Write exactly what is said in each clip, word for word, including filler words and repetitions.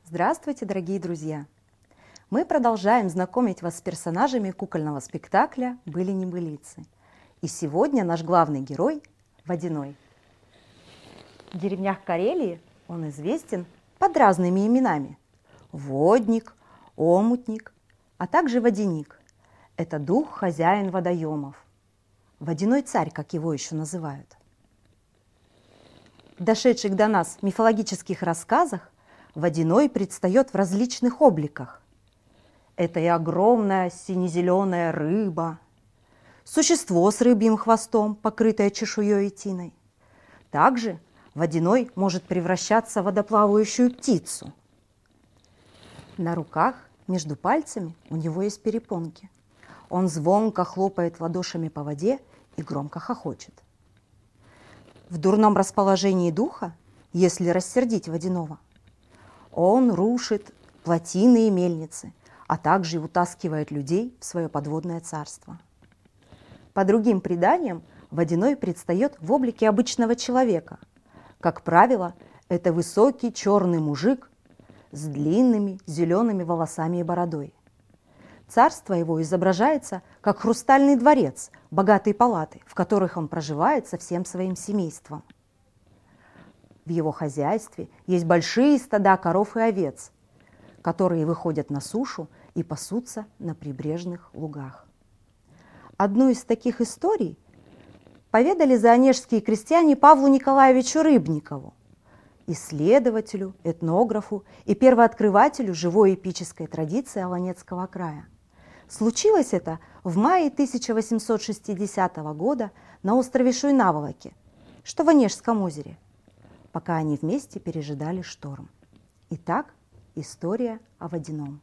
Здравствуйте, дорогие друзья! Мы продолжаем знакомить вас с персонажами кукольного спектакля «Были-небылицы». И сегодня наш главный герой – Водяной. В деревнях Карелии он известен под разными именами – Водник, Омутник, а также Водяник. Это дух-хозяин водоемов. Водяной царь, как его еще называют. В дошедших до нас мифологических рассказах Водяной предстает в различных обликах. Это и огромная сине-зеленая рыба, существо с рыбьим хвостом, покрытое чешуей и тиной. Также Водяной может превращаться в водоплавающую птицу. На руках между пальцами у него есть перепонки. Он звонко хлопает ладошами по воде и громко хохочет. В дурном расположении духа, если рассердить Водяного, он рушит плотины и мельницы, а также утаскивает людей в свое подводное царство. По другим преданиям, Водяной предстает в облике обычного человека. Как правило, это высокий черный мужик с длинными зелеными волосами и бородой. Царство его изображается как хрустальный дворец, богатые палаты, в которых он проживает со всем своим семейством. В его хозяйстве есть большие стада коров и овец, которые выходят на сушу и пасутся на прибрежных лугах. Одну из таких историй поведали заонежские крестьяне Павлу Николаевичу Рыбникову, исследователю, этнографу и первооткрывателю живой эпической традиции Олонецкого края. Случилось это в мае тысяча восемьсот шестидесятого года на острове Шуйнаволоке, что в Онежском озере, пока они вместе пережидали шторм. Итак, история о Водяном.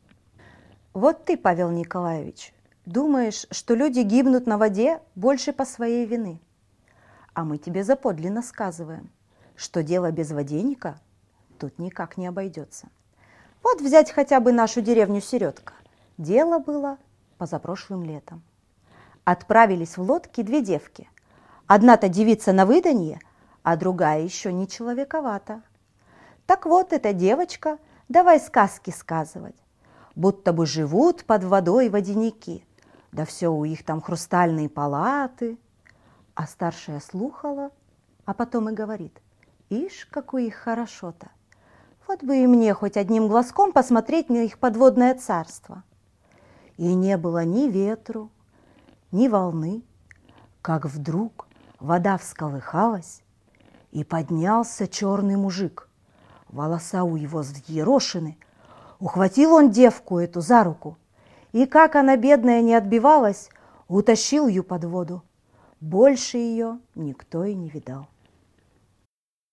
Вот ты, Павел Николаевич, думаешь, что люди гибнут на воде больше по своей вины. А мы тебе заподлинно сказываем, что дело без водяника тут никак не обойдется. Вот взять хотя бы нашу деревню Середка. Дело было позапрошлым летом. Отправились в лодке две девки. Одна-то девица на выданье, а другая еще не человековата. Так вот, эта девочка давай сказки сказывать, будто бы живут под водой водяники, да все у их там хрустальные палаты. А старшая слухала, а потом и говорит: ишь, как у их хорошо-то, вот бы и мне хоть одним глазком посмотреть на их подводное царство. И не было ни ветру, ни волны, как вдруг вода всколыхалась, и поднялся черный мужик. Волоса у его взъерошены. Ухватил он девку эту за руку, и, как она, бедная, не отбивалась, утащил ее под воду. Больше ее никто и не видал.